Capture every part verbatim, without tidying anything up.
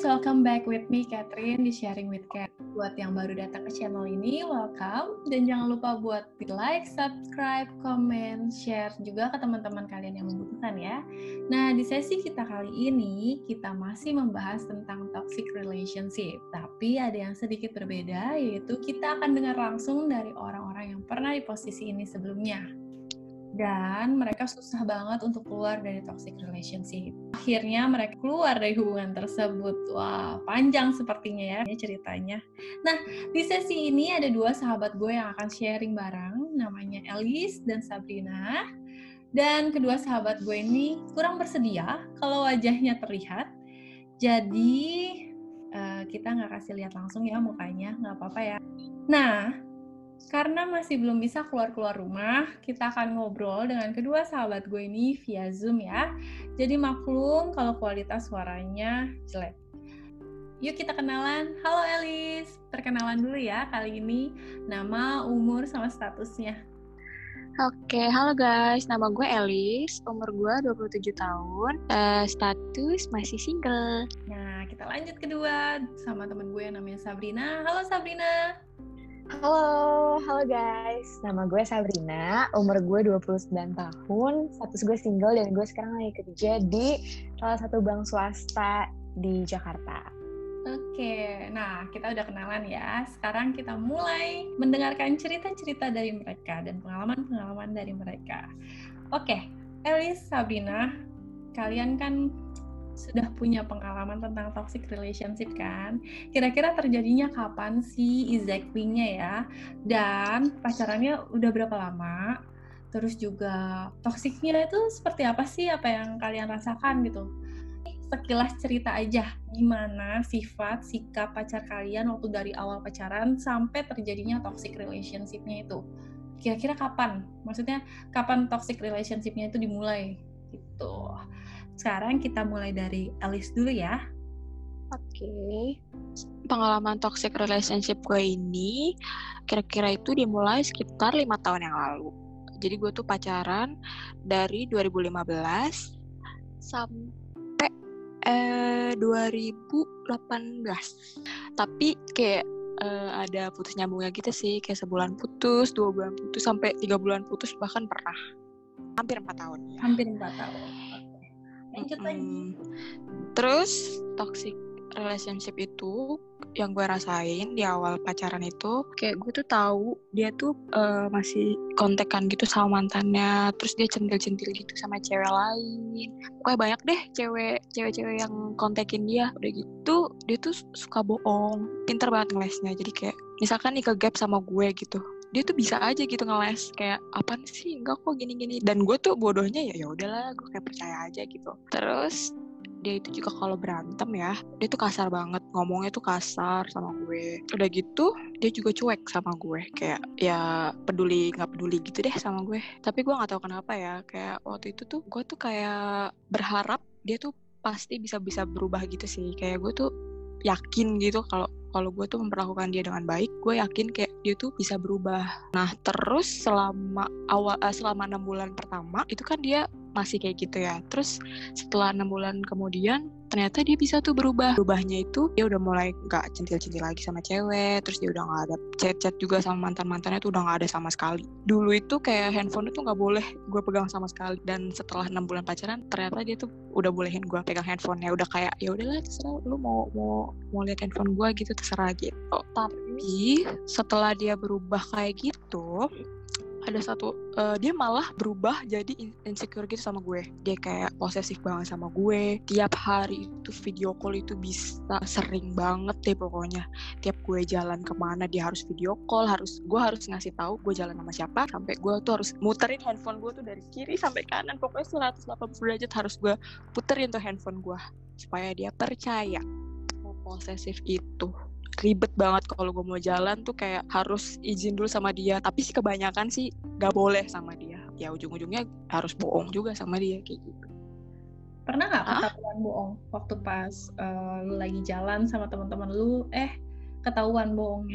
guys, welcome back with me Catherine di Sharing with Cat. Buat yang baru datang ke channel ini, welcome. Dan jangan lupa buat di like, subscribe, comment, share juga ke teman-teman kalian yang membutuhkan ya. Nah, di sesi kita kali ini, kita masih membahas tentang toxic relationship. Tapi ada yang sedikit berbeda, yaitu kita akan dengar langsung dari orang-orang yang pernah di posisi ini sebelumnya. Dan mereka susah banget untuk keluar dari toxic relationship. Akhirnya mereka keluar dari hubungan tersebut. Wah, panjang sepertinya ya ceritanya. Nah, di sesi ini ada dua sahabat gue yang akan sharing bareng, namanya Elis dan Sabrina. Dan kedua sahabat gue ini kurang bersedia kalau wajahnya terlihat. Jadi, uh, kita nggak kasih lihat langsung ya mukanya, nggak apa-apa ya. Nah, karena masih belum bisa keluar-keluar rumah, kita akan ngobrol dengan kedua sahabat gue ini via Zoom ya. Jadi maklum kalau kualitas suaranya jelek. Yuk kita kenalan. Halo Elis, perkenalan dulu ya kali ini. Nama, umur, sama statusnya. Oke, halo guys. Nama gue Elis, umur gue dua puluh tujuh tahun, uh, status masih single. Nah, kita lanjut kedua sama temen gue yang namanya Sabrina. Halo Sabrina. Halo, halo guys. Nama gue Sabrina, umur gue dua puluh sembilan tahun, status gue single dan gue sekarang lagi kerja di salah satu bank swasta di Jakarta. Oke, nah kita udah kenalan ya. Sekarang kita mulai mendengarkan cerita-cerita dari mereka dan pengalaman-pengalaman dari mereka. Oke, Elis, Sabrina, kalian kan sudah punya pengalaman tentang toxic relationship kan? Kira-kira terjadinya kapan sih exactly-nya ya? Dan pacarannya udah berapa lama? Terus juga toksiknya itu seperti apa sih? Apa yang kalian rasakan gitu? Sekilas cerita aja gimana sifat, sikap pacar kalian waktu dari awal pacaran sampai terjadinya toxic relationship-nya itu. Kira-kira kapan? Maksudnya kapan toxic relationship-nya itu dimulai? Gitu. Sekarang kita mulai dari Elis dulu ya. Oke. Pengalaman toxic relationship gue ini kira-kira itu dimulai sekitar lima tahun yang lalu. Jadi gue tuh pacaran dari dua ribu lima belas sampai eh, dua ribu delapan belas. Tapi kayak eh, ada putus nyambungnya gitu sih. Kayak sebulan putus, dua bulan putus, sampai tiga bulan putus bahkan pernah. Hampir empat tahun ya. Hampir empat tahun. Lanjut hmm. lagi. Terus toxic relationship itu yang gue rasain di awal pacaran itu, kayak gue tuh tahu dia tuh uh, masih kontekan gitu sama mantannya, terus dia centil-centil gitu sama cewek lain. Pokoknya banyak deh cewek cewek-cewek yang kontekin dia. Udah gitu dia tuh suka bohong, pinter banget ngelesnya. Jadi kayak misalkan nih ke gap sama gue gitu, dia tuh bisa aja gitu ngeles kayak apaan sih, enggak kok gini-gini. Dan gue tuh bodohnya ya ya udahlah, gue kayak percaya aja gitu. Terus dia itu juga kalau berantem ya, dia tuh kasar banget, ngomongnya tuh kasar sama gue. Udah gitu dia juga cuek sama gue, kayak ya peduli nggak peduli gitu deh sama gue. Tapi gue nggak tahu kenapa ya, kayak waktu itu tuh gue tuh kayak berharap dia tuh pasti bisa bisa berubah gitu sih. Kayak gue tuh yakin gitu kalau kalau gue tuh memperlakukan dia dengan baik, gue yakin kayak dia tuh bisa berubah. Nah terus selama awal uh, selama enam bulan pertama itu kan dia masih kayak gitu ya. Terus setelah enam bulan kemudian ternyata dia bisa tuh berubah. Berubahnya itu dia udah mulai nggak centil-centil lagi sama cewek. Terus dia udah nggak ada chat-chat juga sama mantan-mantannya tuh udah nggak ada sama sekali. Dulu itu kayak handphone itu nggak boleh gue pegang sama sekali. Dan setelah enam bulan pacaran ternyata dia tuh udah bolehin gue pegang handphonenya. Udah kayak ya udahlah terserah lu mau mau mau lihat handphone gue gitu, terserah gitu. Tapi setelah dia berubah kayak gitu, ada satu uh, dia malah berubah jadi insecure gitu sama gue. Dia kayak posesif banget sama gue. Tiap hari itu video call itu bisa sering banget deh pokoknya. Tiap gue jalan kemana dia harus video call, harus gue harus ngasih tahu gue jalan sama siapa. Sampai gue tuh harus muterin handphone gue tuh dari kiri sampai kanan, pokoknya seratus delapan puluh derajat harus gue puterin tuh handphone gue supaya dia percaya. Posesif itu ribet banget. Kalau gue mau jalan tuh kayak harus izin dulu sama dia, tapi sih kebanyakan sih gak boleh sama dia. Ya ujung-ujungnya harus bohong juga sama dia kayak gitu. Pernah gak ketahuan bohong waktu pas uh, lu lagi jalan sama teman-teman lu, eh ketahuan bohongnya?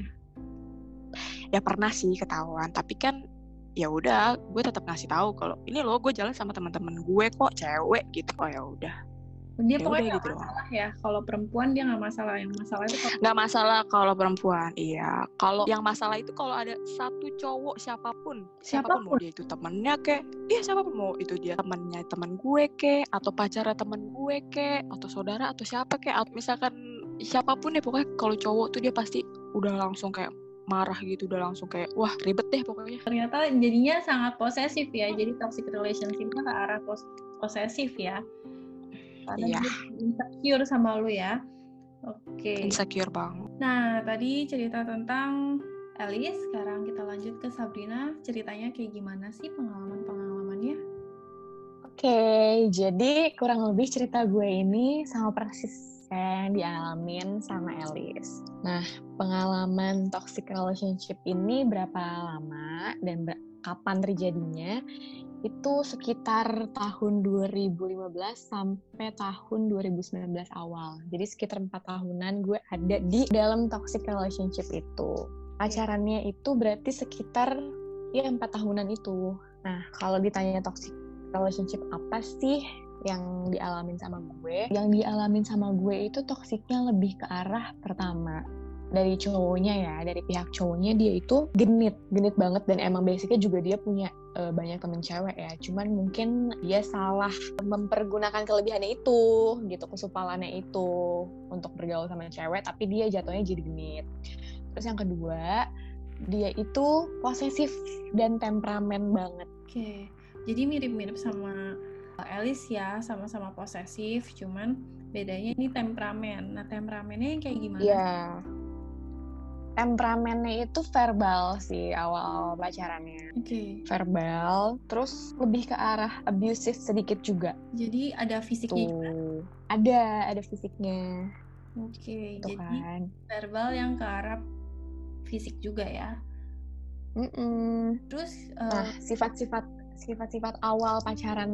Ya pernah sih ketahuan, tapi kan ya udah gue tetap ngasih tahu kalau ini loh gue jalan sama teman-teman gue kok cewek gitu. Oh ya udah. Dia Ya pokoknya udah nggak gitu doang. masalah ya. Kalau perempuan dia nggak masalah. Yang masalah itu kalau Nggak masalah kalau perempuan, iya. Kalau yang masalah itu kalau ada satu cowok siapapun, siapapun mau siapapun. dia itu temennya kek, iya siapapun mau itu dia temennya teman gue kek, atau pacarnya teman gue kek, atau saudara atau siapa kek, atau misalkan siapapun ya pokoknya kalau cowok tuh dia pasti udah langsung kayak marah gitu, udah langsung kayak wah ribet deh pokoknya. Ternyata jadinya sangat posesif ya. Jadi toxic relationship-nya ke arah pos- posesif ya. Karena Iya. dia insecure sama lu ya. Oke. Insecure banget. Nah, tadi cerita tentang Alice. Sekarang kita lanjut ke Sabrina. Ceritanya kayak gimana sih pengalaman-pengalamannya? Oke, jadi kurang lebih cerita gue ini sama persis yang dialamin sama Alice. Nah, pengalaman toxic relationship ini berapa lama dan ber- kapan terjadinya? Itu sekitar tahun dua ribu lima belas sampai tahun dua ribu sembilan belas awal. Jadi sekitar empat tahunan gue ada di dalam toxic relationship itu. Pacarannya itu berarti sekitar ya empat tahunan itu. Nah, kalau ditanya toxic relationship apa sih yang dialamin sama gue? Yang dialamin sama gue itu toksiknya lebih ke arah pertama dari cowoknya ya, dari pihak cowoknya dia itu genit, genit banget dan emang basicnya juga dia punya uh, banyak temen cewek ya. Cuman mungkin dia salah mempergunakan kelebihannya itu, gitu, kesupalannya itu untuk bergaul sama cewek, tapi dia jatuhnya jadi genit. Terus yang kedua, dia itu posesif dan temperamen banget. Oke, jadi mirip-mirip sama Alice ya, sama-sama posesif, cuman bedanya ini temperamen. Nah, temperamennya yang kayak gimana? Iya. Temperamennya itu verbal sih awal pacarannya. Oke. Okay. Verbal, terus lebih ke arah abusive sedikit juga. Jadi ada fisiknya juga? Ada, ada fisiknya. Oke, okay, jadi kan. verbal yang ke arah fisik juga ya. Mm-mm. Terus uh, nah, sifat-sifat sifat-sifat awal pacaran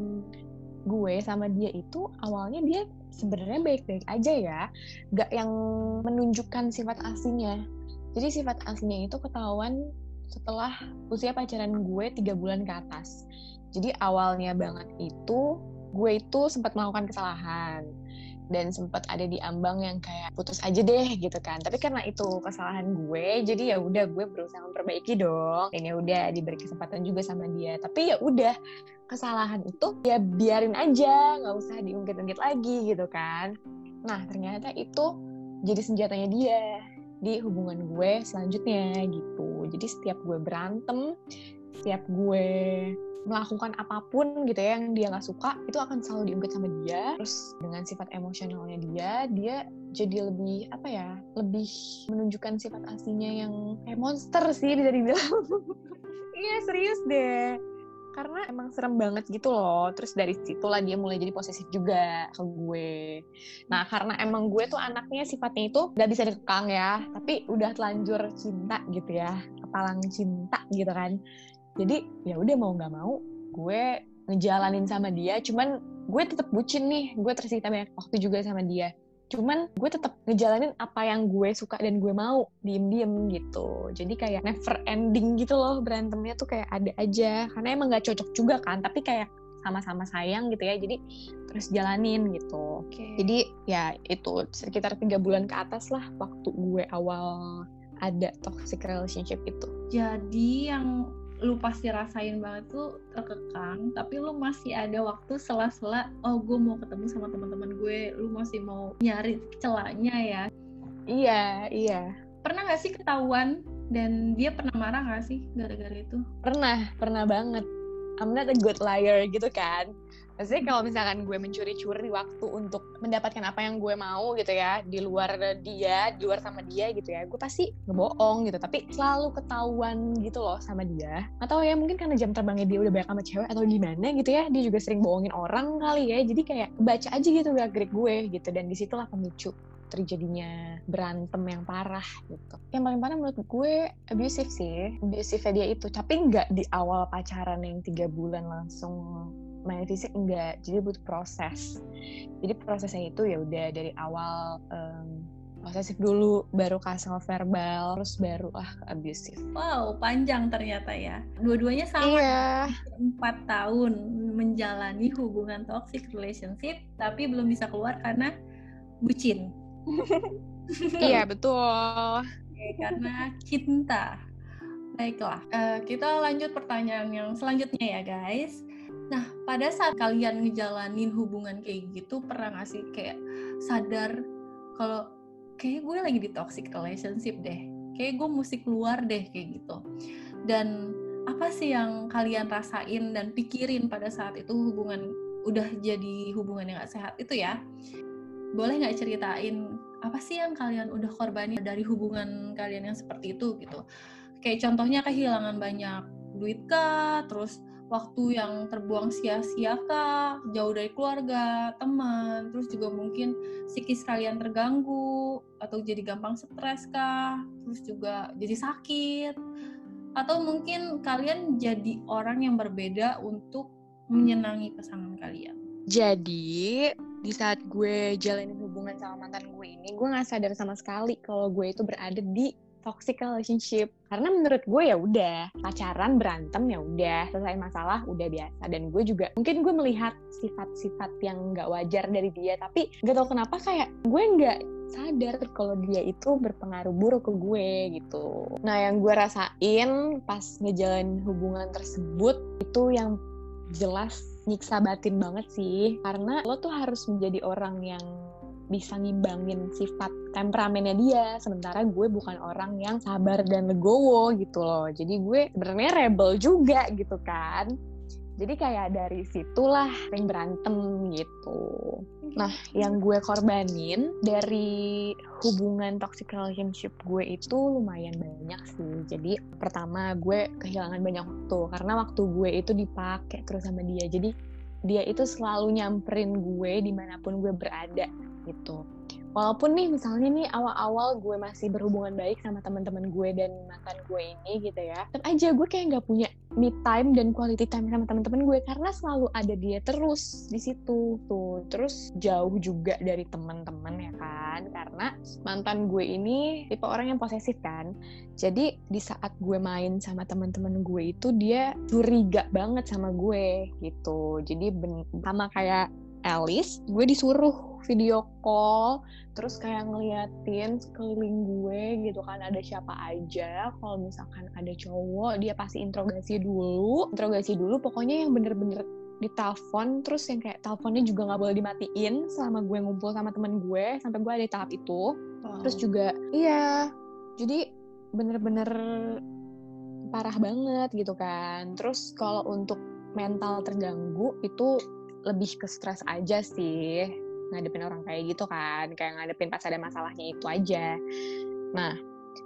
gue sama dia itu awalnya dia sebenarnya baik-baik aja ya, gak yang menunjukkan sifat aslinya. Jadi sifat aslinya itu ketahuan setelah usia pacaran gue tiga bulan ke atas. Jadi awalnya banget itu gue itu sempat melakukan kesalahan dan sempat ada di ambang yang kayak putus aja deh gitu kan. Tapi karena itu kesalahan gue, jadi ya udah gue berusaha memperbaiki dong. Dan ya udah diberi kesempatan juga sama dia. Tapi ya udah kesalahan itu ya biarin aja, nggak usah diungkit-ungkit lagi gitu kan. Nah ternyata itu jadi senjatanya dia di hubungan gue selanjutnya gitu. Jadi setiap gue berantem, setiap gue melakukan apapun gitu ya yang dia nggak suka, itu akan selalu diungkit sama dia. Terus dengan sifat emosionalnya dia, dia jadi lebih apa ya, lebih menunjukkan sifat aslinya yang kayak monster sih bisa dibilang. Iya serius deh, karena emang serem banget gitu loh. Terus dari situlah dia mulai jadi posesif juga ke gue. Nah karena emang gue tuh anaknya sifatnya itu udah bisa dikekang ya, tapi udah telanjur cinta gitu ya, kepalang cinta gitu kan. Jadi ya udah mau nggak mau gue ngejalanin sama dia. Cuman gue tetap bucin nih, gue tersita banyak waktu juga sama dia. Cuman gue tetap ngejalanin apa yang gue suka dan gue mau, diem-diem gitu. Jadi kayak never ending gitu loh berantemnya tuh, kayak ada aja. Karena emang nggak cocok juga kan, tapi kayak sama-sama sayang gitu ya. Jadi terus jalanin gitu. Okay. Jadi ya itu sekitar tiga bulan ke atas lah waktu gue awal ada toxic relationship itu. Jadi yang lu pasti rasain banget tuh terkekang, tapi lu masih ada waktu sela-sela, oh gue mau ketemu sama teman-teman gue, lu masih mau nyari celahnya ya. Iya, iya. Pernah gak sih ketahuan dan dia pernah marah gak sih gara-gara itu? Pernah, pernah banget. I'm not a good liar gitu kan. Maksudnya kalau misalkan gue mencuri-curi waktu untuk mendapatkan apa yang gue mau gitu ya, di luar dia, di luar sama dia gitu ya, gue pasti ngebohong gitu. Tapi selalu ketahuan gitu loh sama dia. Atau ya mungkin karena jam terbangnya dia udah banyak sama cewek atau gimana gitu ya, dia juga sering bohongin orang kali ya. Jadi kayak baca aja gitu gerak-gerik gue gitu. Dan disitulah pemicu terjadinya berantem yang parah gitu. Yang paling parah menurut gue abusive sih. Abusive dia itu. Tapi nggak di awal pacaran yang tiga bulan langsung main fisik, enggak. Jadi butuh proses. Jadi prosesnya itu ya udah dari awal um, posesif dulu, baru ke asal verbal, terus baru lah ke abusive. Wow, panjang ternyata ya. Dua-duanya sama. Iya. Empat tahun menjalani hubungan toxic relationship, tapi belum bisa keluar karena bucin. Iya, betul. Oke, karena cinta. Baiklah, uh, kita lanjut pertanyaan yang selanjutnya ya guys. Nah, pada saat kalian ngejalanin hubungan kayak gitu, pernah gak sih kayak sadar kalau kayak gue lagi di toxic relationship deh, kayak gue mesti keluar deh kayak gitu. Dan apa sih yang kalian rasain dan pikirin pada saat itu hubungan udah jadi hubungan yang gak sehat itu ya? Boleh gak ceritain apa sih yang kalian udah korbanin dari hubungan kalian yang seperti itu gitu? Kayak contohnya kehilangan banyak duit kah, terus waktu yang terbuang sia-sia kah, jauh dari keluarga, teman, terus juga mungkin psikis kalian terganggu, atau jadi gampang stres kah, terus juga jadi sakit, atau mungkin kalian jadi orang yang berbeda untuk menyenangi pasangan kalian. Jadi, di saat gue jalanin hubungan sama mantan gue ini, gue gak sadar sama sekali kalau gue itu berada di toxic relationship. Karena menurut gue ya udah pacaran, berantem ya udah, selesai masalah udah biasa. Dan gue juga mungkin gue melihat sifat-sifat yang nggak wajar dari dia, tapi nggak tahu kenapa kayak gue nggak sadar kalau dia itu berpengaruh buruk ke gue gitu. Nah, yang gue rasain pas ngejalanin hubungan tersebut itu yang jelas nyiksa batin banget sih, karena lo tuh harus menjadi orang yang bisa ngimbangin sifat temperamennya dia, sementara gue bukan orang yang sabar dan legowo gitu loh. Jadi gue sebenarnya rebel juga gitu kan. Jadi kayak dari situlah sering berantem gitu. Nah, yang gue korbanin dari hubungan toxic relationship gue itu lumayan banyak sih. Jadi pertama gue kehilangan banyak waktu, karena waktu gue itu dipakai terus sama dia. Jadi dia itu selalu nyamperin gue dimanapun gue berada gitu. Walaupun nih misalnya nih awal-awal gue masih berhubungan baik sama teman-teman gue dan mantan gue ini gitu ya, tetap aja gue kayak nggak punya me time dan quality time sama teman-teman gue karena selalu ada dia terus di situ tuh. Terus jauh juga dari teman-teman ya kan, karena mantan gue ini tipe orang yang posesif kan. Jadi di saat gue main sama teman-teman gue itu dia curiga banget sama gue gitu. Jadi ben- sama kayak Alice, gue disuruh video call, terus kayak ngeliatin sekeliling gue gitu kan ada siapa aja. Kalau misalkan ada cowok, dia pasti interogasi dulu, interogasi dulu. Pokoknya yang bener-bener ditelepon, terus yang kayak teleponnya juga nggak boleh dimatiin selama gue ngumpul sama temen gue, sampai gue ada di tahap itu. Wow. Terus juga, iya, jadi bener-bener parah banget gitu kan. Terus kalau untuk mental terganggu itu lebih ke stres aja sih, ngadepin orang kayak gitu kan, kayak ngadepin pas ada masalahnya itu aja. Nah,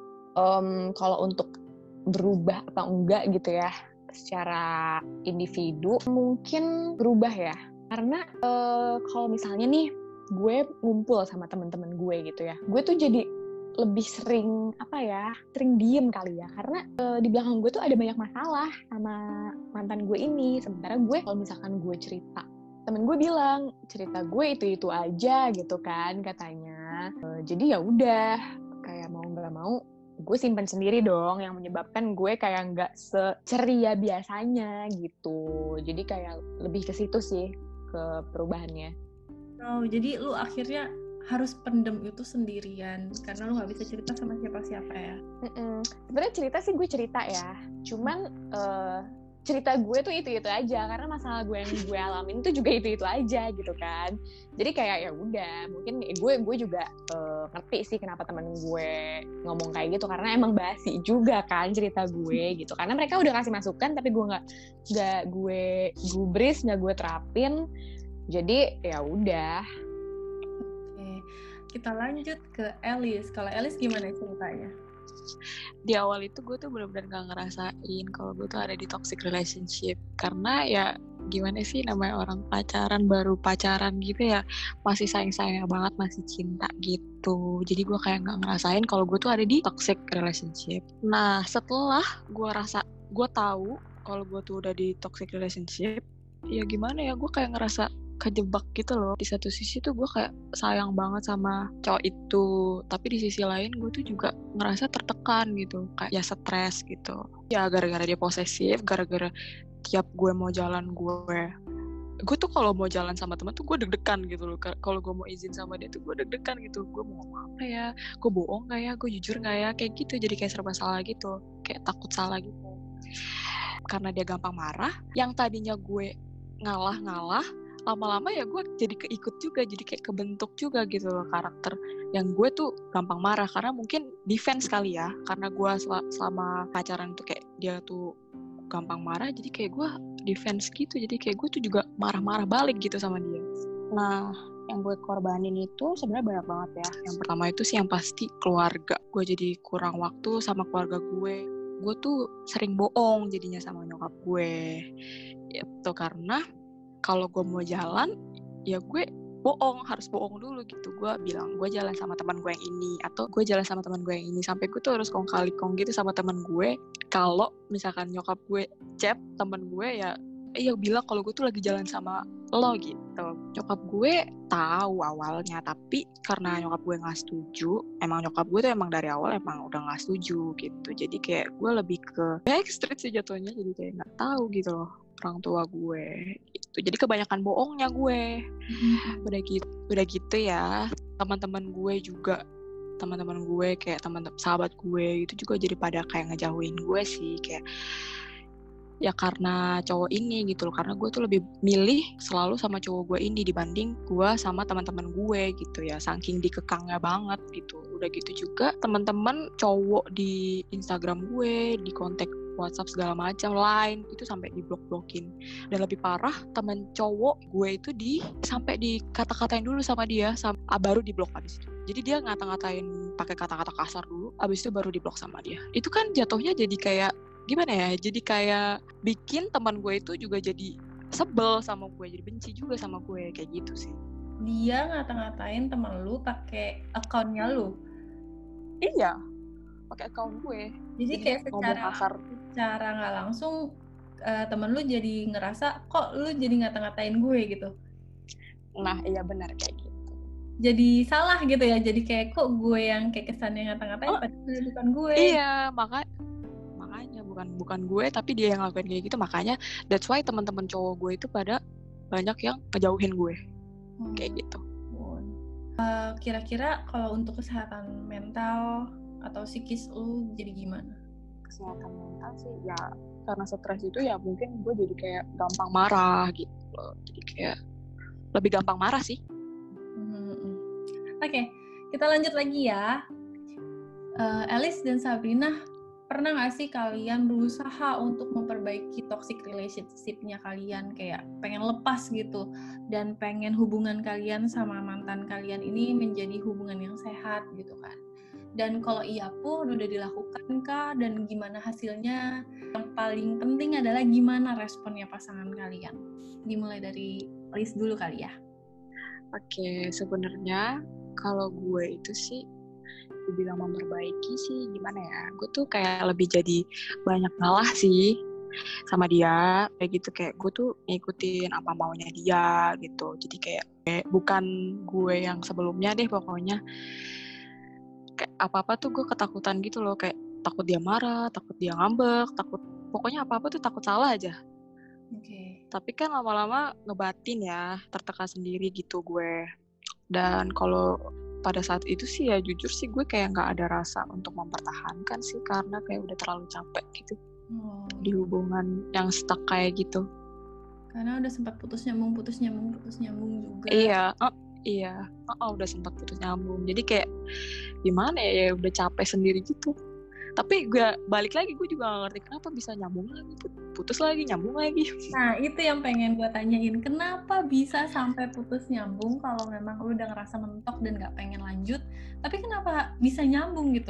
um, kalau untuk berubah apa enggak gitu ya, secara individu mungkin berubah ya, karena uh, kalau misalnya nih gue ngumpul sama teman-teman gue gitu ya, gue tuh jadi lebih sering apa ya, sering diem kali ya, karena uh, di belakang gue tuh ada banyak masalah sama mantan gue ini. Sementara gue kalau misalkan gue cerita, temen gue bilang cerita gue itu-itu aja gitu kan katanya. E, jadi ya udah kayak mau nggak mau gue simpen sendiri dong, yang menyebabkan gue kayak nggak seceria biasanya gitu. Jadi kayak lebih ke situ sih ke perubahannya. Oh, jadi lu akhirnya harus pendem itu sendirian karena lu nggak bisa cerita sama siapa-siapa ya? Mm-mm. Sebenarnya cerita sih gue cerita ya, cuman uh, cerita gue tuh itu-itu aja karena masalah gue yang gue alamin tuh juga itu-itu aja gitu kan. Jadi kayak ya udah, mungkin gue gue juga uh, ngerti sih kenapa temen gue ngomong kayak gitu, karena emang basi juga kan cerita gue gitu. Karena mereka udah kasih masukan tapi gue nggak nggak gue gubris, nggak gue terapin. Jadi ya udah. Oke, kita lanjut ke Alice. Kalau Alice gimana ceritanya? Di awal itu gue tuh benar-benar gak ngerasain kalau gue tuh ada di toxic relationship, karena ya gimana sih, namanya orang pacaran, baru pacaran gitu ya, masih sayang-sayang banget, masih cinta gitu. Jadi gue kayak gak ngerasain kalau gue tuh ada di toxic relationship. Nah setelah gue rasa, gue tahu kalau gue tuh udah di toxic relationship, ya gimana ya, gue kayak ngerasa kejebak gitu loh. Di satu sisi tuh gue kayak sayang banget sama cowok itu, tapi di sisi lain gue tuh juga ngerasa tertekan gitu, kayak ya stres gitu. Ya gara-gara dia posesif, gara-gara tiap gue mau jalan gue gue tuh kalau mau jalan sama teman tuh gue deg-degan gitu loh. Kalau gue mau izin sama dia tuh gue deg-degan gitu, gue mau ngomong apa ya, gue bohong nggak ya, gue jujur nggak ya, kayak gitu. Jadi kayak serba salah gitu, kayak takut salah gitu. Karena dia gampang marah, yang tadinya gue ngalah-ngalah, lama-lama ya gue jadi keikut juga, jadi kayak kebentuk juga gitu loh karakter yang gue tuh gampang marah. Karena mungkin defense kali ya, karena gue sel- selama pacaran tuh kayak dia tuh gampang marah, jadi kayak gue defense gitu, jadi kayak gue tuh juga marah-marah balik gitu sama dia. Nah, yang gue korbanin itu sebenarnya banyak banget ya. Yang pertama itu sih yang pasti keluarga. Gue jadi kurang waktu sama keluarga gue. Gue tuh sering bohong jadinya sama nyokap gue. Itu karena kalau gue mau jalan, ya gue bohong, harus bohong dulu gitu. Gue bilang gue jalan sama teman gue yang ini, atau gue jalan sama teman gue yang ini, sampai gue tuh harus kong kali kong gitu sama teman gue. Kalau misalkan nyokap gue chat teman gue, ya iya bilang kalau gue tuh lagi jalan sama lo gitu. Nyokap gue tahu awalnya, tapi karena nyokap gue nggak setuju, emang nyokap gue tuh emang dari awal emang udah nggak setuju gitu. Jadi kayak gue lebih ke backstreet sih jatuhnya, jadi kayak nggak tahu gitu loh orang tua gue gitu. Jadi kebanyakan bohongnya gue. Hmm. Udah gitu, udah gitu ya. Teman-teman gue juga, teman-teman gue kayak teman-teman sahabat gue itu juga jadi pada kayak ngejauhin gue sih, kayak ya karena cowok ini gitu loh. Karena gue tuh lebih milih selalu sama cowok gue ini dibanding gue sama teman-teman gue gitu ya, saking dikekangnya banget gitu. Udah gitu juga teman-teman cowok di Instagram gue, di kontak WhatsApp segala macam, Line itu sampai diblok-blokin. Dan lebih parah, teman cowok gue itu di sampai dikata-katain dulu sama dia, sama, ah, baru diblok abis itu. Jadi dia ngata-ngatain pakai kata-kata kasar dulu, abis itu baru diblok sama dia. Itu kan jatuhnya jadi kayak gimana ya? Jadi kayak bikin teman gue itu juga jadi sebel sama gue, jadi benci juga sama gue, kayak gitu sih. Dia ngata-ngatain teman lu pakai akunnya lu? Iya, pakai akun gue. Jadi, jadi kayak secara kasar, secara nggak langsung uh, temen lu jadi ngerasa kok lu jadi ngata-ngatain gue gitu. Nah iya benar kayak gitu. Jadi salah gitu ya, jadi kayak kok gue yang kayak kesannya ngata-ngatain, oh, padahal bukan gue. Iya, maka makanya bukan bukan gue tapi dia yang ngelakuin kayak gitu. Makanya that's why teman-teman cowok gue itu pada banyak yang ngejauhin gue. Hmm. Kayak gitu. Uh, kira-kira kalau untuk kesehatan mental atau psikis lu jadi gimana? Kesehatan mental sih ya karena stres itu ya mungkin gue jadi kayak gampang marah gitu loh. Jadi kayak lebih gampang marah sih. Hmm. Oke, okay, kita lanjut lagi ya. Uh, Alice dan Sabrina, pernah nggak sih kalian berusaha untuk memperbaiki toxic relationship-nya kalian, kayak pengen lepas gitu dan pengen hubungan kalian sama mantan kalian ini menjadi hubungan yang sehat gitu kan? Dan kalau iya pun udah dilakukan kah, dan gimana hasilnya? Yang paling penting adalah gimana responnya pasangan kalian. Dimulai dari Liz dulu kali ya. Oke, sebenarnya kalau gue itu sih dibilang memperbaiki sih gimana ya, gue tuh kayak lebih jadi banyak ngalah sih sama dia, kayak gitu. Kayak gue tuh ngikutin apa maunya dia gitu. Jadi kayak, kayak bukan gue yang sebelumnya deh pokoknya. Kayak apa-apa tuh gue ketakutan gitu loh, kayak takut dia marah, takut dia ngambek, takut pokoknya apa-apa tuh takut salah aja. Oke. Okay. Tapi kan lama-lama ngebatin ya, tertekan sendiri gitu gue. Dan kalau pada saat itu sih ya jujur sih gue kayak nggak ada rasa untuk mempertahankan sih, karena kayak udah terlalu capek gitu oh. di hubungan yang stuck kayak gitu. Karena udah sempat putus nyambung, putus nyambung, putus nyambung juga. Iya. Oh. Iya, oh, udah sempat putus nyambung. Jadi kayak gimana ya, ya udah capek sendiri gitu. Tapi gue balik lagi, gue juga gak ngerti kenapa bisa nyambung lagi, putus lagi, nyambung lagi. Nah itu yang pengen gue tanyain, kenapa bisa sampai putus nyambung kalau memang lu udah ngerasa mentok dan gak pengen lanjut, tapi kenapa bisa nyambung gitu?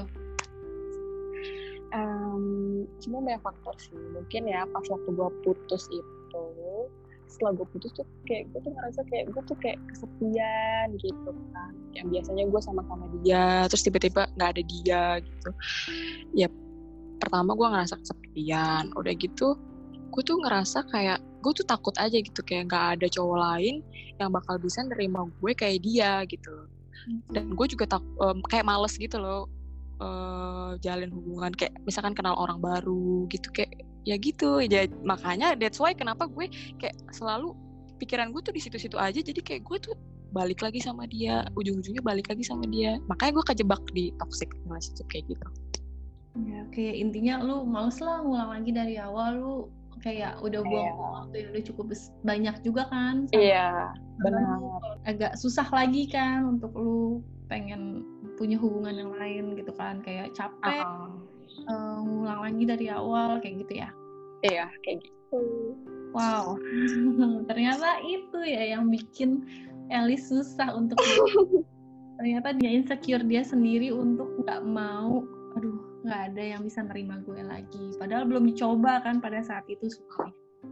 Um, sebenarnya banyak faktor sih. Mungkin ya pas waktu gue putus itu, setelah gue putus tuh kayak gue tuh ngerasa kayak gue tuh kayak kesepian gitu kan. Yang biasanya gue sama-sama dia, terus tiba-tiba nggak ada dia gitu. Ya pertama gue ngerasa kesepian. Udah gitu gue tuh ngerasa kayak gue tuh takut aja gitu, kayak nggak ada cowok lain yang bakal bisa nerima gue kayak dia gitu. Dan gue juga tak um, kayak males gitu loh uh, jalin hubungan kayak misalkan kenal orang baru gitu, kayak ya gitu ya. Makanya that's why kenapa gue kayak selalu pikiran gue tuh di situ-situ aja, jadi kayak gue tuh balik lagi sama dia, ujung-ujungnya balik lagi sama dia. Makanya gue kejebak di toxic relationship kayak gitu. Ya, kayak intinya lu males lah ngulang lagi dari awal, lu kayak udah buang Iya. waktu yang udah cukup banyak juga kan. Iya, benar. Agak susah lagi kan untuk lu pengen punya hubungan yang lain gitu kan, kayak capek Uh-uh. uh, ngulang lagi dari awal kayak gitu ya. Iya, kayak gitu. Wow, ternyata itu ya yang bikin Elis susah untuk ternyata dia insecure dia sendiri untuk nggak mau, aduh nggak ada yang bisa nerima gue lagi, padahal belum dicoba kan pada saat itu sebenarnya.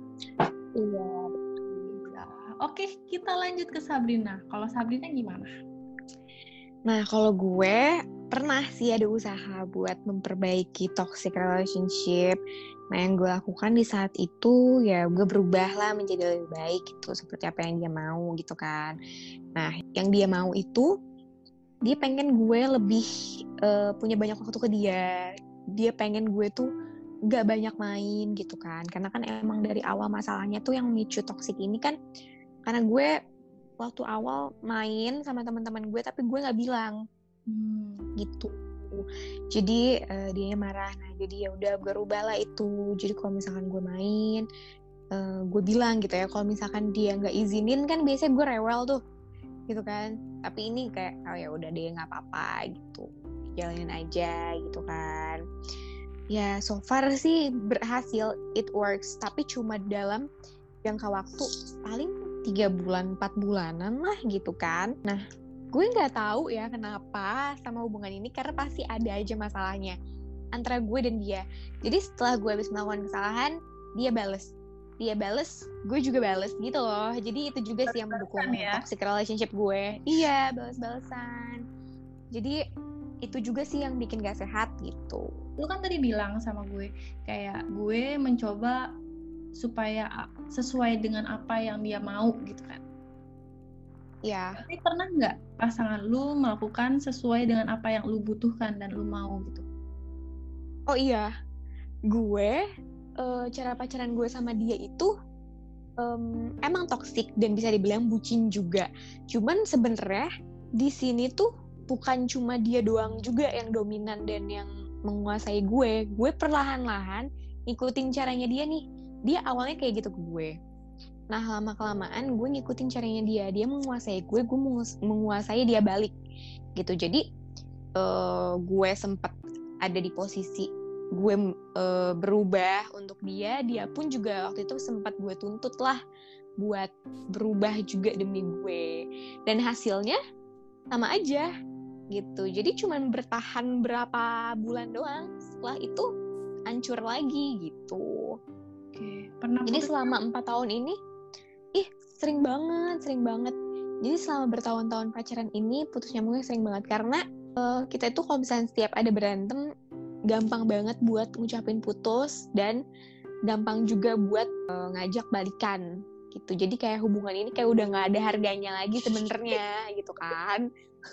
Iya. Ya. Oke, kita lanjut ke Sabrina. Kalau Sabrina gimana? Nah, kalau gue pernah sih ada usaha buat memperbaiki toxic relationship. Nah, yang gue lakukan di saat itu ya gue berubah lah menjadi lebih baik gitu, seperti apa yang dia mau gitu kan. Nah, yang dia mau itu dia pengen gue lebih uh, punya banyak waktu ke dia. Dia pengen gue tuh gak banyak main gitu kan. Karena kan emang dari awal masalahnya tuh yang memicu toxic ini kan karena gue waktu awal main sama teman-teman gue tapi gue nggak bilang hmm. gitu. Jadi uh, dia marah. Nah jadi ya udah gue rubah lah itu. Jadi kalau misalkan gue main, uh, gue bilang gitu ya. Kalau misalkan dia nggak izinin kan biasanya gue rewel tuh, gitu kan. Tapi ini kayak oh ya udah deh nggak apa-apa gitu, jalanin aja gitu kan. Ya so far sih berhasil, it works. Tapi cuma dalam jangka waktu paling tiga bulan, empat bulanan lah gitu kan. Nah, gue nggak tahu ya kenapa sama hubungan ini, karena pasti ada aja masalahnya antara gue dan dia. Jadi setelah gue habis melakukan kesalahan, dia bales. Dia bales, gue juga bales gitu loh. Jadi itu juga sih yang mendukung ya? Toxic relationship gue. Iya, bales-balesan. Jadi itu juga sih yang bikin gak sehat gitu. Lu kan tadi bilang sama gue, kayak gue mencoba supaya sesuai dengan apa yang dia mau gitu kan. Iya. Tapi pernah nggak pasangan lu melakukan sesuai dengan apa yang lu butuhkan dan lu mau gitu? Oh iya, gue uh, cara pacaran gue sama dia itu um, emang toksik dan bisa dibilang bucin juga. Cuman sebenarnya di sini tuh bukan cuma dia doang juga yang dominan dan yang menguasai gue. Gue perlahan-lahan ngikutin caranya dia nih. Dia awalnya kayak gitu ke gue. Nah, lama-kelamaan gue ngikutin caranya dia. Dia menguasai gue, gue menguasai dia balik. Gitu. Jadi, uh, gue sempat ada di posisi gue uh, berubah untuk dia. Dia pun juga waktu itu sempat gue tuntut lah buat berubah juga demi gue. Dan hasilnya sama aja. Gitu. Jadi, cuman bertahan berapa bulan doang. Setelah itu, hancur lagi gitu. Oke, pernah jadi selama empat tahun ini, ih sering banget, sering banget. Jadi selama bertahun-tahun pacaran ini putus nyambungnya sering banget karena uh, kita itu kalau misalnya setiap ada berantem, gampang banget buat ngucapin putus dan gampang juga buat uh, ngajak balikan gitu. Jadi kayak hubungan ini kayak udah nggak ada harganya lagi sebenarnya gitu kan.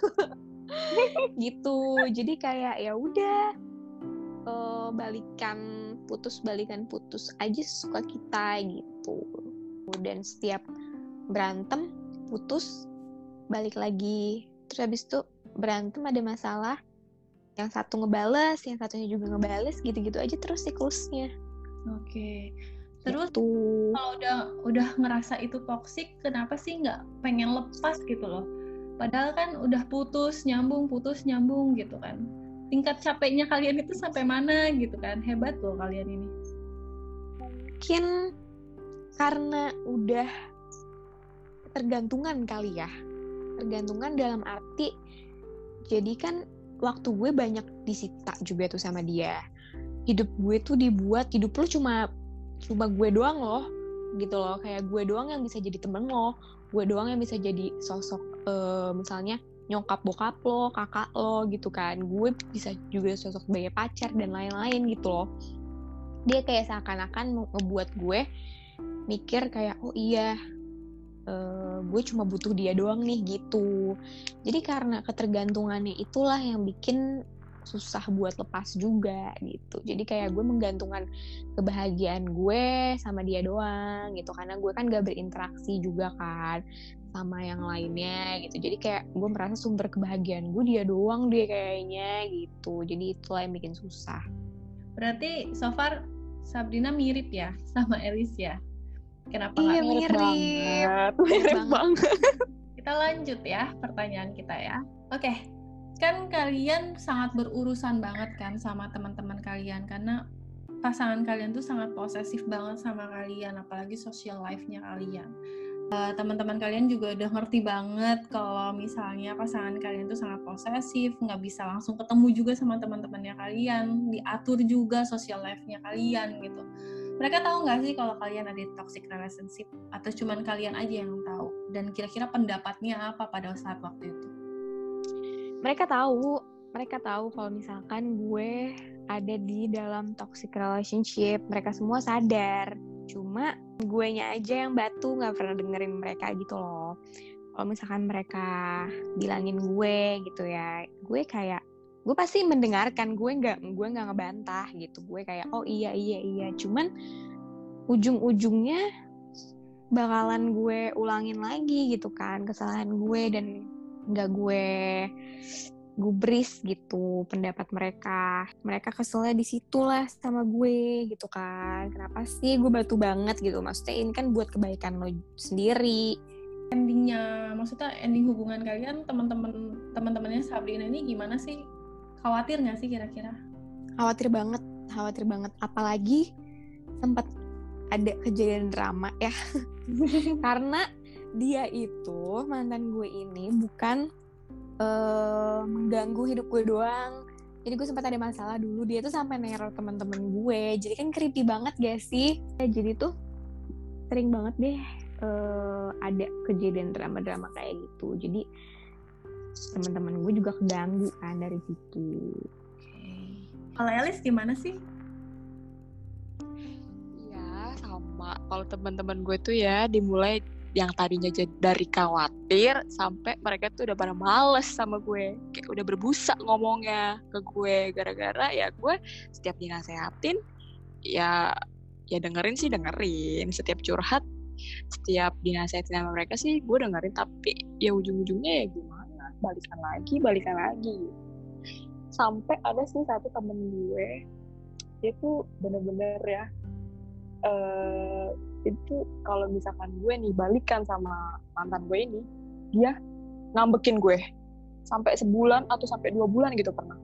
Gitu. Jadi kayak ya udah uh, balikan putus balikan putus aja suka kita gitu. Dan setiap berantem putus balik lagi, terus habis itu berantem ada masalah, yang satu ngebales, yang satunya juga ngebales, gitu-gitu aja terus siklusnya. Oke. Terus gitu. Kalau udah udah ngerasa itu toksik, kenapa sih nggak pengen lepas gitu loh? Padahal kan udah putus nyambung putus nyambung gitu kan. Tingkat capeknya kalian itu sampai mana gitu kan. Hebat loh kalian ini. Mungkin karena udah tergantungan kali ya. Tergantungan dalam arti jadi kan waktu gue banyak disita juga tuh sama dia. Hidup gue tuh dibuat, hidup lu cuma cuma gue doang loh gitu loh. Kayak gue doang yang bisa jadi temen lo, gue doang yang bisa jadi sosok uh, misalnya nyokap bokap lo, kakak lo gitu kan. Gue bisa juga sosok sebagai pacar dan lain-lain gitu loh. Dia kayak seakan-akan ngebuat gue mikir kayak oh iya uh, gue cuma butuh dia doang nih gitu. Jadi karena ketergantungannya itulah yang bikin susah buat lepas juga gitu. Jadi kayak gue menggantungkan kebahagiaan gue sama dia doang gitu, karena gue kan gak berinteraksi juga kan sama yang lainnya gitu. Jadi kayak gue merasa sumber kebahagiaan gue dia doang deh kayaknya gitu. Jadi itulah yang bikin susah. Berarti so far Sabrina mirip ya sama Elis ya? Kenapa iya, nggak mirip banget, mirip banget. banget. Kita lanjut ya pertanyaan kita ya. Oke, kan kalian sangat berurusan banget kan sama teman-teman kalian, karena pasangan kalian tuh sangat posesif banget sama kalian, apalagi social life-nya kalian. Uh, teman-teman kalian juga udah ngerti banget kalau misalnya pasangan kalian tuh sangat posesif, nggak bisa langsung ketemu juga sama teman-temannya kalian, diatur juga social life-nya kalian gitu. Mereka tahu nggak sih kalau kalian ada di toxic relationship, atau cuman kalian aja yang tahu? Dan kira-kira pendapatnya apa pada saat waktu itu? Mereka tahu, mereka tahu kalau misalkan gue ada di dalam toxic relationship. Mereka semua sadar. Cuma guenya aja yang batu, nggak pernah dengerin mereka gitu loh. Kalau misalkan mereka bilangin gue gitu ya, gue kayak gue pasti mendengarkan, gue nggak gue nggak ngebantah gitu. Gue kayak oh iya iya iya. Cuman ujung-ujungnya bakalan gue ulangin lagi gitu kan kesalahan gue, dan nggak gue gubris gitu pendapat mereka. Mereka keselnya di situlah sama gue gitu kan. Kenapa sih gue batu banget gitu? Maksudnya ini kan buat kebaikan lo sendiri. Endingnya, maksudnya ending hubungan kalian teman-teman teman-temannya Sabrina ini gimana sih? Khawatir nggak sih kira-kira? Khawatir banget, khawatir banget. Apalagi sempat ada kejadian drama ya. Karena dia itu, mantan gue ini bukan uh, mengganggu hidup gue doang. Jadi gue sempat ada masalah dulu, dia tuh sampai neror teman-teman gue. Jadi kan creepy banget gak sih? Ya, jadi tuh sering banget deh uh, ada kejadian drama-drama kayak gitu. Jadi teman-teman gue juga keganggu kan dari situ. Kalau Elis gimana sih? Ya sama. Kalau teman-teman gue tuh ya dimulai yang tadinya jadi dari khawatir sampai mereka tuh udah pada males sama gue, kayak udah berbusa ngomongnya ke gue, gara-gara ya gue setiap dinasehatin ya ya dengerin sih dengerin, setiap curhat setiap dinasehatin sama mereka sih gue dengerin, tapi ya ujung-ujungnya ya gimana, balikan lagi balikan lagi. Sampai ada sih satu temen gue, dia tuh bener-bener ya uh, itu kalau misalkan gue nih balikan sama mantan gue ini, dia ngambekin gue sampai sebulan atau sampai dua bulan gitu pernah.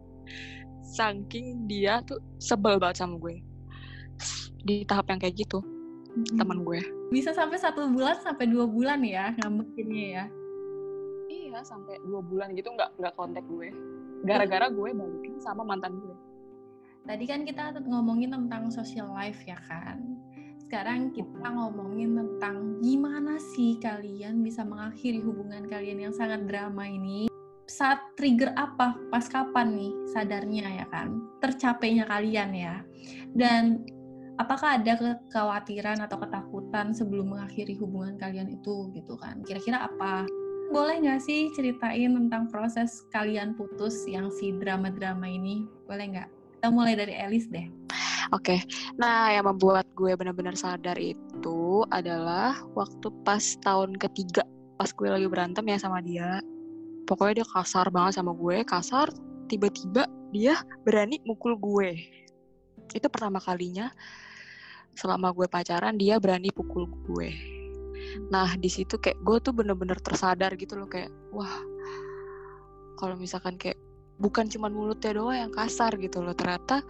Saking dia tuh sebel banget sama gue di tahap yang kayak gitu. Hmm. Teman gue bisa sampai satu bulan sampai dua bulan ya ngambekinnya ya. Iya, sampai dua bulan gitu nggak nggak kontak gue, gara-gara gue balikin sama mantan gue. Tadi kan kita ngomongin tentang social life ya kan. Sekarang kita ngomongin tentang gimana sih kalian bisa mengakhiri hubungan kalian yang sangat drama ini. Saat trigger apa, pas kapan nih sadarnya ya kan, tercapainya kalian ya. Dan apakah ada kekhawatiran atau ketakutan sebelum mengakhiri hubungan kalian itu gitu kan. Kira-kira apa? Boleh nggak sih ceritain tentang proses kalian putus yang si drama-drama ini? Boleh nggak? Kita mulai dari Elis deh. Oke, okay. Nah yang membuat gue benar-benar sadar itu adalah waktu pas tahun ketiga, pas gue lagi berantem ya sama dia. Pokoknya dia kasar banget sama gue, kasar, tiba-tiba dia berani mukul gue. Itu pertama kalinya selama gue pacaran dia berani pukul gue. Nah di situ kayak gue tuh benar-benar tersadar gitu loh, kayak wah kalau misalkan kayak bukan cuma mulutnya doang yang kasar gitu loh, ternyata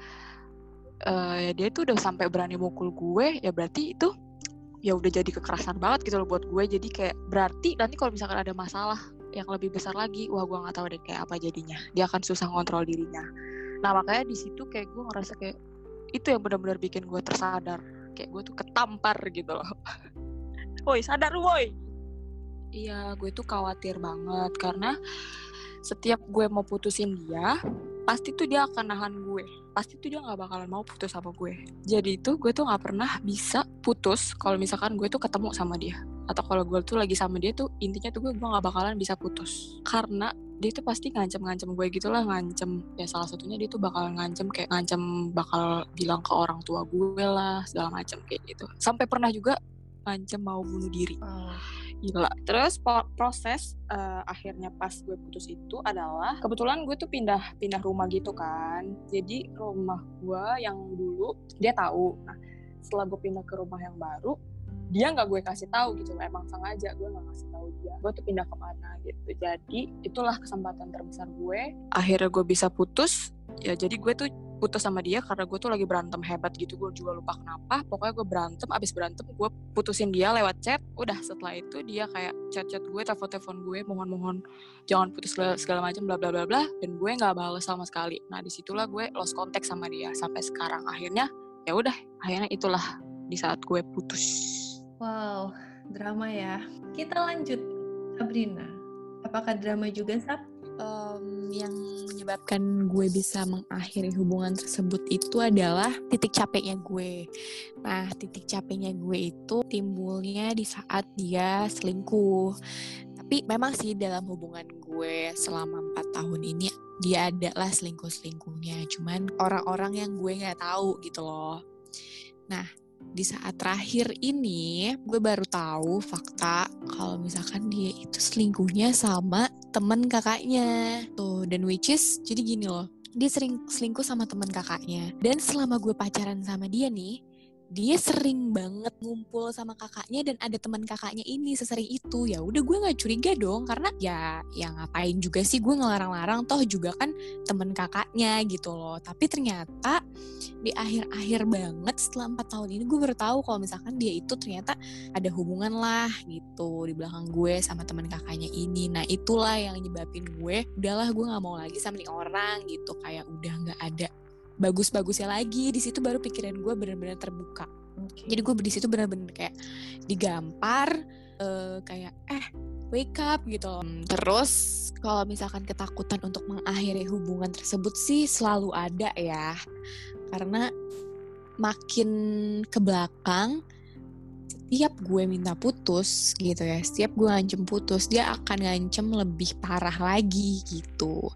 Uh, dia tuh udah sampai berani mukul gue, ya berarti itu ya udah jadi kekerasan banget gitu loh buat gue. Jadi kayak berarti nanti kalau misalkan ada masalah yang lebih besar lagi, wah gue nggak tahu deh kayak apa jadinya. Dia akan susah ngontrol dirinya. Nah makanya di situ kayak gue ngerasa kayak itu yang benar-benar bikin gue tersadar, kayak gue tuh ketampar gitu loh. Woi sadar woi. Iya gue tuh khawatir banget karena setiap gue mau putusin dia, pasti tuh dia akan nahan gue. Pasti tuh dia gak bakalan mau putus sama gue. Jadi itu gue tuh gak pernah bisa putus kalau misalkan gue tuh ketemu sama dia. Atau kalau gue tuh lagi sama dia tuh intinya tuh gue, gue gak bakalan bisa putus. Karena dia tuh pasti ngancem-ngancem gue gitu lah, ngancem. Ya salah satunya dia tuh bakalan ngancem, kayak ngancem bakal bilang ke orang tua gue lah, segala macam kayak gitu. Sampai pernah juga ngancem mau bunuh diri. Oh. Gila. Terus po- proses uh, akhirnya pas gue putus itu adalah kebetulan gue tuh pindah pindah rumah gitu kan. Jadi rumah gue yang dulu dia tahu. Nah, setelah gue pindah ke rumah yang baru, dia nggak gue kasih tahu gitu. Emang sengaja gue nggak kasih tahu dia. Gue tuh pindah kemana gitu. Jadi itulah kesempatan terbesar gue. Akhirnya gue bisa putus. Ya jadi gue tuh putus sama dia karena gue tuh lagi berantem hebat gitu. Gue juga lupa kenapa. Pokoknya gue berantem, abis berantem gue putusin dia lewat chat. Udah setelah itu dia kayak chat-chat gue, telepon-telepon gue, mohon-mohon jangan putus segala macam bla bla bla bla, dan gue nggak balas sama sekali. Nah disitulah gue lost contact sama dia sampai sekarang. Akhirnya ya udah, akhirnya itulah di saat gue putus. Wow, drama ya. Kita lanjut, Sabrina. Apakah drama juga, Sab? Um, yang menyebabkan gue bisa mengakhiri hubungan tersebut itu adalah titik capeknya gue. Nah, titik capeknya gue itu timbulnya di saat dia selingkuh. Tapi memang sih dalam hubungan gue selama empat tahun ini dia adalah selingkuh-selingkuhnya. Cuman orang-orang yang gue nggak tahu gitu loh. Nah, di saat terakhir ini gue baru tahu fakta kalau misalkan dia itu selingkuhnya sama temen kakaknya tuh, dan which is jadi gini loh, dia sering selingkuh sama temen kakaknya. Dan selama gue pacaran sama dia nih, dia sering banget ngumpul sama kakaknya dan ada teman kakaknya ini sesering itu. Ya udah gue nggak curiga dong, karena ya ya ngapain juga sih gue ngelarang-larang, toh juga kan teman kakaknya gitu loh. Tapi ternyata di akhir-akhir banget setelah empat tahun ini gue baru tahu kalau misalkan dia itu ternyata ada hubungan lah gitu di belakang gue sama teman kakaknya ini. Nah itulah yang nyebabin gue udahlah gue nggak mau lagi sama nih orang gitu, kayak udah nggak ada bagus-bagusnya lagi. Di situ baru pikiran gue benar-benar terbuka. Okay. Jadi gue di situ benar-benar kayak digampar, uh, kayak eh wake up gitu. Terus kalau misalkan ketakutan untuk mengakhiri hubungan tersebut sih selalu ada ya, karena makin ke belakang setiap gue minta putus gitu ya, setiap gue ngancem putus, dia akan ngancem lebih parah lagi gitu.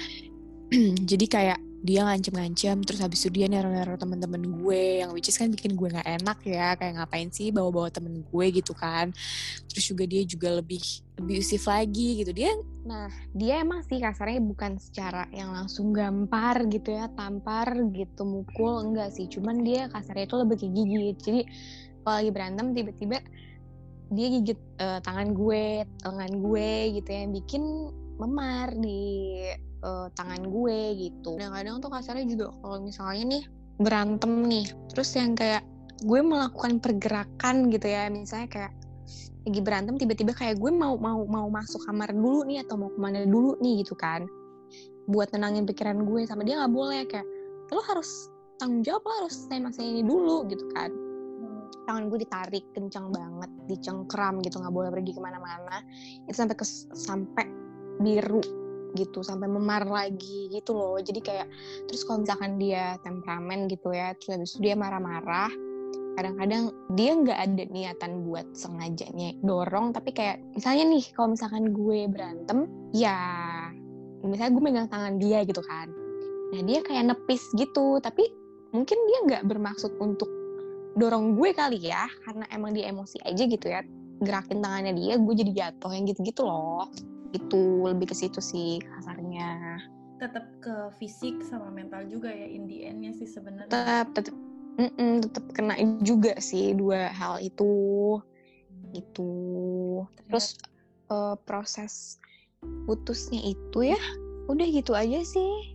Jadi kayak dia ngancem-ngancem, terus habis itu dia neror-neror teman-teman gue, yang which is kan bikin gue nggak enak ya, kayak ngapain sih bawa-bawa temen gue gitu kan. Terus juga dia juga lebih abusive lagi gitu dia. Nah dia emang sih kasarnya bukan secara yang langsung gampar gitu ya, tampar gitu, mukul, enggak sih. Cuman dia kasarnya itu lebih kayak gigit. Jadi kalau lagi berantem tiba-tiba dia gigit uh, tangan gue, tangan gue gitu ya, yang bikin memar di uh, tangan gue gitu. Dan kadang tuh kasarnya juga kalau misalnya nih berantem nih, terus yang kayak gue melakukan pergerakan gitu ya, misalnya kayak lagi berantem tiba-tiba kayak gue mau mau mau masuk kamar dulu nih atau mau kemana dulu nih gitu kan, buat tenangin pikiran gue, sama dia nggak boleh, kayak lo harus tanggung jawab, lo harus selesai masalah ini dulu gitu kan. Tangan gue ditarik kencang banget, dicengkram gitu, nggak boleh pergi kemana-mana. Itu sampai ke sampai biru gitu, sampai memar lagi gitu loh. Jadi kayak terus kalau misalkan dia temperamen gitu ya, terus habis itu dia marah-marah, kadang-kadang dia nggak ada niatan buat sengajanya dorong, tapi kayak misalnya nih kalau misalkan gue berantem ya, misalnya gue megang tangan dia gitu kan, nah dia kayak nepis gitu, tapi mungkin dia nggak bermaksud untuk dorong gue kali ya, karena emang dia emosi aja gitu ya, gerakin tangannya dia, gue jadi jatuh yang gitu-gitu loh. Itu lebih ke situ sih kasarnya. Tetap ke fisik sama mental juga ya in the end-nya sih sebenarnya. Tetap tetap tetap kena juga sih dua hal itu gitu. Terus uh, proses putusnya itu ya udah gitu aja sih.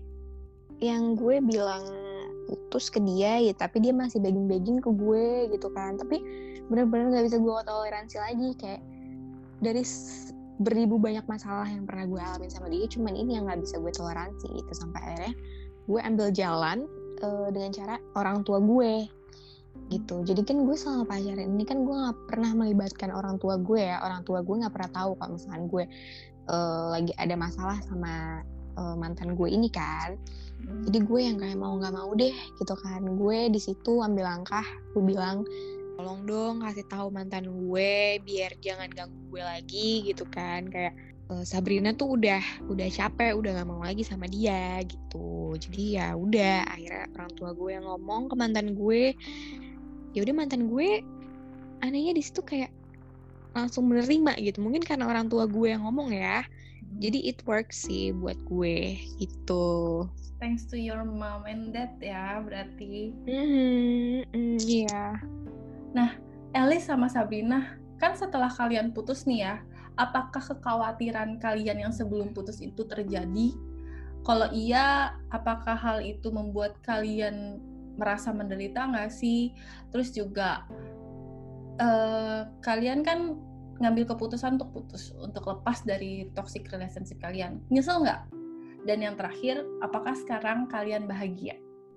Yang gue bilang putus ke dia ya, tapi dia masih begging-begging ke gue gitu kan. Tapi benar-benar nggak bisa gue toleransi lagi, kayak dari beribu banyak masalah yang pernah gue alamin sama dia, cuman ini yang nggak bisa gue toleransi gitu. Sampai akhirnya gue ambil jalan uh, dengan cara orang tua gue gitu. Jadi kan gue selama pacaran ini kan gue nggak pernah melibatkan orang tua gue ya, orang tua gue nggak pernah tahu kalau misalkan gue uh, lagi ada masalah sama uh, mantan gue ini kan. Jadi gue yang kayak mau nggak mau deh gitu kan. Gue di situ ambil langkah, gue bilang tolong dong kasih tahu mantan gue biar jangan ganggu gue lagi gitu kan. Kayak uh, Sabrina tuh udah udah capek, udah nggak mau lagi sama dia gitu. Jadi ya udah, akhirnya orang tua gue yang ngomong ke mantan gue. Ya udah, mantan gue anehnya di situ kayak langsung menerima gitu. Mungkin karena orang tua gue yang ngomong ya. Jadi it works sih buat gue gitu. Thanks to your mom and dad ya berarti. Hmm, mm, iya. Yeah. Nah, Elis sama Sabrina, kan setelah kalian putus nih ya, apakah kekhawatiran kalian yang sebelum putus itu terjadi? Kalau iya, apakah hal itu membuat kalian merasa menderita nggak sih? Terus juga uh, kalian kan ngambil keputusan untuk putus, untuk lepas dari toxic relationship kalian. Nyesel nggak? Dan yang terakhir, apakah sekarang kalian bahagia?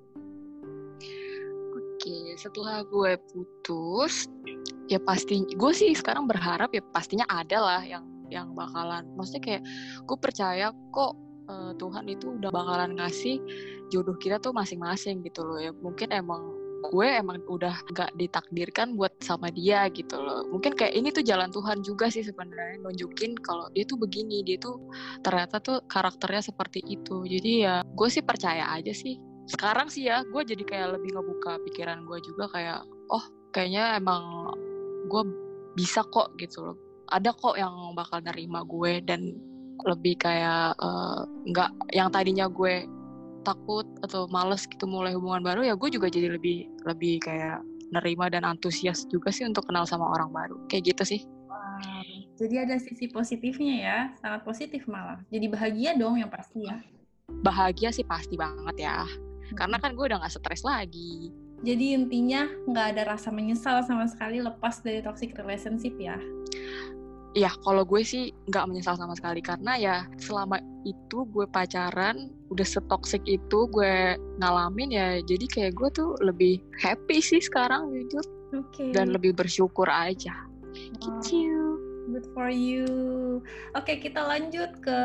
Oke, setelah gue putus, ya pasti gue sih sekarang berharap ya pastinya ada lah yang yang bakalan. Maksudnya kayak gue percaya kok uh, Tuhan itu udah bakalan ngasih jodoh kita tuh masing-masing gitu loh ya. Mungkin emang gue emang udah gak ditakdirkan buat sama dia gitu loh. Mungkin kayak ini tuh jalan Tuhan juga sih sebenarnya, nunjukin kalau dia tuh begini, dia tuh ternyata tuh karakternya seperti itu. Jadi ya gue sih percaya aja sih. Sekarang sih ya gue jadi kayak lebih ngebuka pikiran gue juga kayak oh kayaknya emang gue bisa kok gitu loh. Ada kok yang bakal nerima gue dan lebih kayak uh, gak yang tadinya gue takut atau males gitu mulai hubungan baru, ya gue juga jadi lebih lebih kayak nerima dan antusias juga sih untuk kenal sama orang baru kayak gitu sih. Wow. Jadi ada sisi positifnya ya, sangat positif malah. Jadi bahagia dong yang pasti ya. Bahagia sih pasti banget ya, karena kan gue udah nggak stres lagi. Jadi intinya nggak ada rasa menyesal sama sekali lepas dari toxic relationship ya. Iya, kalau gue sih nggak menyesal sama sekali karena ya selama itu gue pacaran udah setoksik itu gue ngalamin ya, jadi kayak gue tuh lebih happy sih sekarang jujur. Oke. Okay. Dan lebih bersyukur aja. Wow. Gitu. Good for you. Oke, okay, kita lanjut ke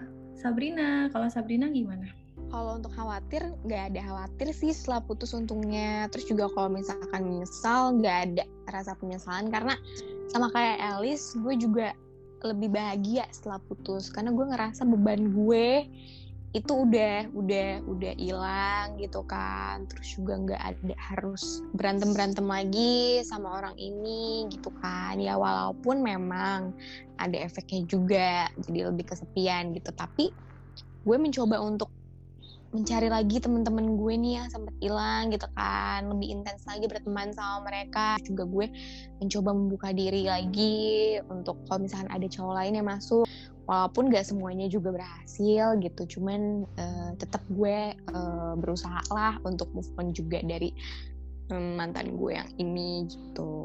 Sabrina. Kalau Sabrina gimana? Kalau untuk khawatir, nggak ada khawatir sih setelah putus untungnya. Terus juga kalau misalkan menyesal, nggak ada rasa penyesalan. Karena sama kayak Elis, gue juga lebih bahagia setelah putus. Karena gue ngerasa beban gue itu udah udah udah hilang gitu kan. Terus juga nggak ada harus berantem-berantem lagi sama orang ini gitu kan. Ya walaupun memang ada efeknya juga, jadi lebih kesepian gitu. Tapi gue mencoba untuk mencari lagi teman-teman gue nih yang sempat hilang gitu kan, lebih intens lagi berteman sama mereka. Juga gue mencoba membuka diri lagi untuk kalau misalkan ada cowok lain yang masuk, walaupun gak semuanya juga berhasil gitu, cuman uh, tetap gue uh, berusaha lah untuk move on juga dari um, mantan gue yang ini gitu.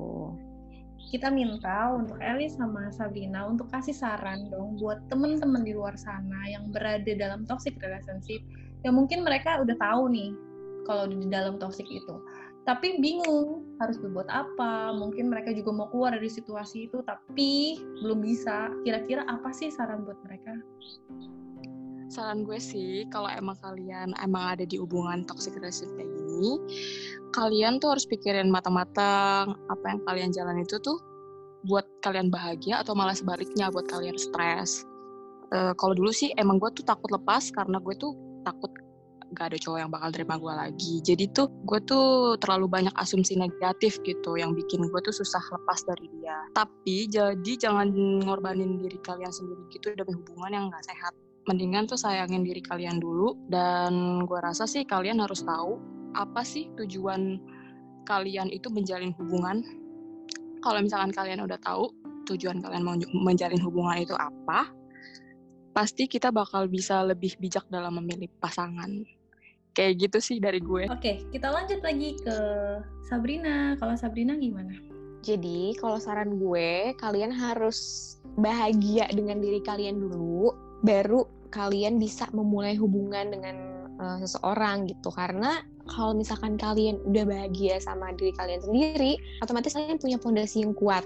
Kita minta untuk Elis sama Sabrina untuk kasih saran dong buat temen-temen di luar sana yang berada dalam toxic relationship. Ya mungkin mereka udah tahu nih kalau di dalam toxic itu, tapi bingung harus berbuat apa. Mungkin mereka juga mau keluar dari situasi itu tapi belum bisa. Kira-kira apa sih saran buat mereka? Saran gue sih, kalau emang kalian emang ada di hubungan toxic relationship kayak gini, kalian tuh harus pikirin matang-matang apa yang kalian jalan itu tuh buat kalian bahagia atau malah sebaliknya buat kalian stres. Uh, kalau dulu sih emang gue tuh takut lepas karena gue tuh takut gak ada cowok yang bakal terima gue lagi. Jadi tuh gue tuh terlalu banyak asumsi negatif gitu yang bikin gue tuh susah lepas dari dia. Tapi jadi jangan ngorbanin diri kalian sendiri gitu demi hubungan yang gak sehat. Mendingan tuh sayangin diri kalian dulu. Dan gue rasa sih kalian harus tahu apa sih tujuan kalian itu menjalin hubungan. Kalau misalkan kalian udah tahu tujuan kalian mau menjalin hubungan itu apa, pasti kita bakal bisa lebih bijak dalam memilih pasangan. Kayak gitu sih dari gue. Oke, kita lanjut lagi ke Sabrina. Kalau Sabrina gimana? Jadi kalau saran gue, kalian harus bahagia dengan diri kalian dulu, baru kalian bisa memulai hubungan dengan uh, seseorang gitu. Karena kalau misalkan kalian udah bahagia sama diri kalian sendiri, otomatis kalian punya fondasi yang kuat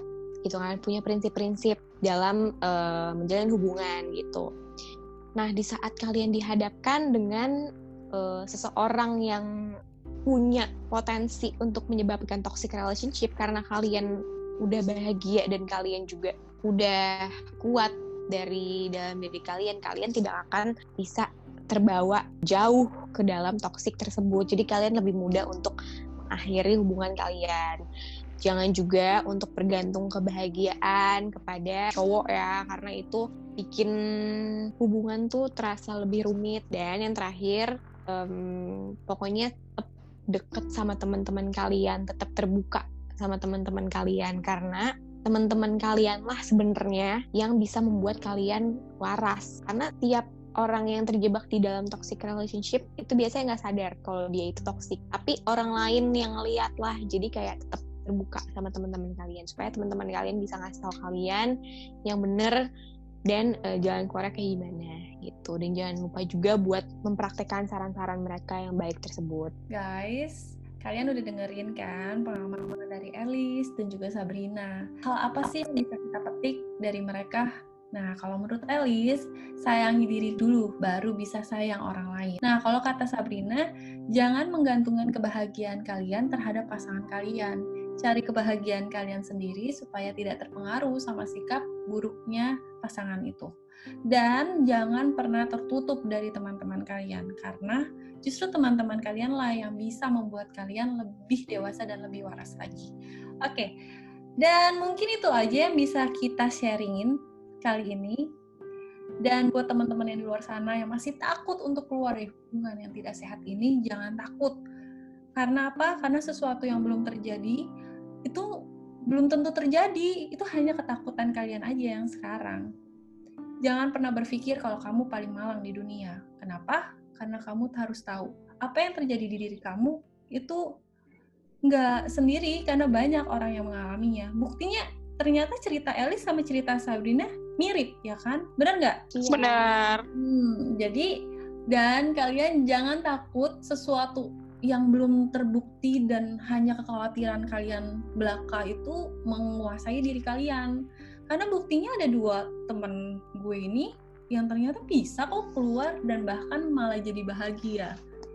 gitu kan, punya prinsip-prinsip dalam uh, menjalin hubungan gitu. Nah, di saat kalian dihadapkan dengan uh, seseorang yang punya potensi untuk menyebabkan toxic relationship karena kalian udah bahagia dan kalian juga udah kuat dari dalam diri kalian, kalian tidak akan bisa terbawa jauh ke dalam toxic tersebut. Jadi kalian lebih mudah untuk mengakhiri hubungan kalian. Jangan juga untuk bergantung kebahagiaan kepada cowok ya, karena itu bikin hubungan tuh terasa lebih rumit. Dan yang terakhir, um, pokoknya tetap deket sama teman-teman kalian, tetap terbuka sama teman-teman kalian, karena teman-teman kalian lah sebenarnya yang bisa membuat kalian waras. Karena tiap orang yang terjebak di dalam toxic relationship itu biasanya nggak sadar kalau dia itu toxic, tapi orang lain yang ngeliat lah. Jadi kayak tetap terbuka sama teman-teman kalian supaya teman-teman kalian bisa ngasih tahu kalian yang bener dan uh, jalan keluarnya kayak gimana gitu. Dan jangan lupa juga buat mempraktekkan saran-saran mereka yang baik tersebut. Guys, kalian udah dengerin kan pengalaman dari Elis dan juga Sabrina. Hal apa sih yang bisa kita petik dari mereka? Nah, kalau menurut Elis, sayangi diri dulu, baru bisa sayang orang lain. Nah, kalau kata Sabrina, jangan menggantungkan kebahagiaan kalian terhadap pasangan kalian. Cari kebahagiaan kalian sendiri supaya tidak terpengaruh sama sikap buruknya pasangan itu. Dan jangan pernah tertutup dari teman-teman kalian, karena justru teman-teman kalian lah yang bisa membuat kalian lebih dewasa dan lebih waras lagi. Oke, dan mungkin itu aja yang bisa kita sharingin kali ini. Dan buat teman-teman yang di luar sana yang masih takut untuk keluar dari hubungan yang tidak sehat ini, jangan takut. Karena apa? Karena sesuatu yang belum terjadi itu belum tentu terjadi. Itu hanya ketakutan kalian aja yang sekarang. Jangan pernah berpikir kalau kamu paling malang di dunia. Kenapa? Karena kamu harus tahu apa yang terjadi di diri kamu itu nggak sendiri, karena banyak orang yang mengalaminya. Buktinya ternyata cerita Elis sama cerita Sabrina mirip, ya kan? Benar nggak? Iya. Benar. Hmm, jadi, dan kalian jangan takut sesuatu yang belum terbukti dan hanya kekhawatiran kalian belaka itu menguasai diri kalian. Karena buktinya ada dua temen gue ini yang ternyata bisa kok keluar dan bahkan malah jadi bahagia.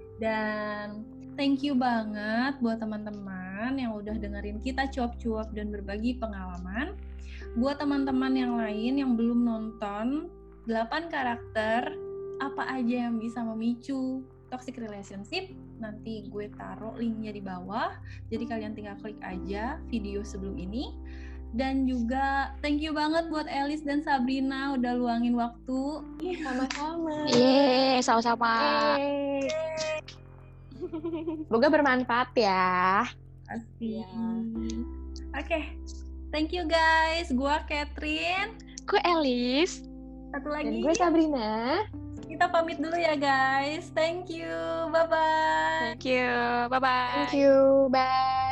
Dan thank you banget buat teman-teman yang udah dengerin kita cuap-cuap dan berbagi pengalaman. Buat teman-teman yang lain yang belum nonton delapan karakter apa aja yang bisa memicu toxic relationship, nanti gue taruh linknya di bawah, jadi kalian tinggal klik aja video sebelum ini. Dan juga thank you banget buat Elis dan Sabrina udah luangin waktu. Sama-sama. Yeay, sama-sama. Yeay. Semoga bermanfaat ya. Pasti. Ya. Oke, okay. Thank you guys. Gua Catherine. Gue Elis. Satu lagi. Dan gue Sabrina. Kita pamit dulu ya guys. Thank you. Bye-bye. Thank you. Bye-bye. Thank you. Bye.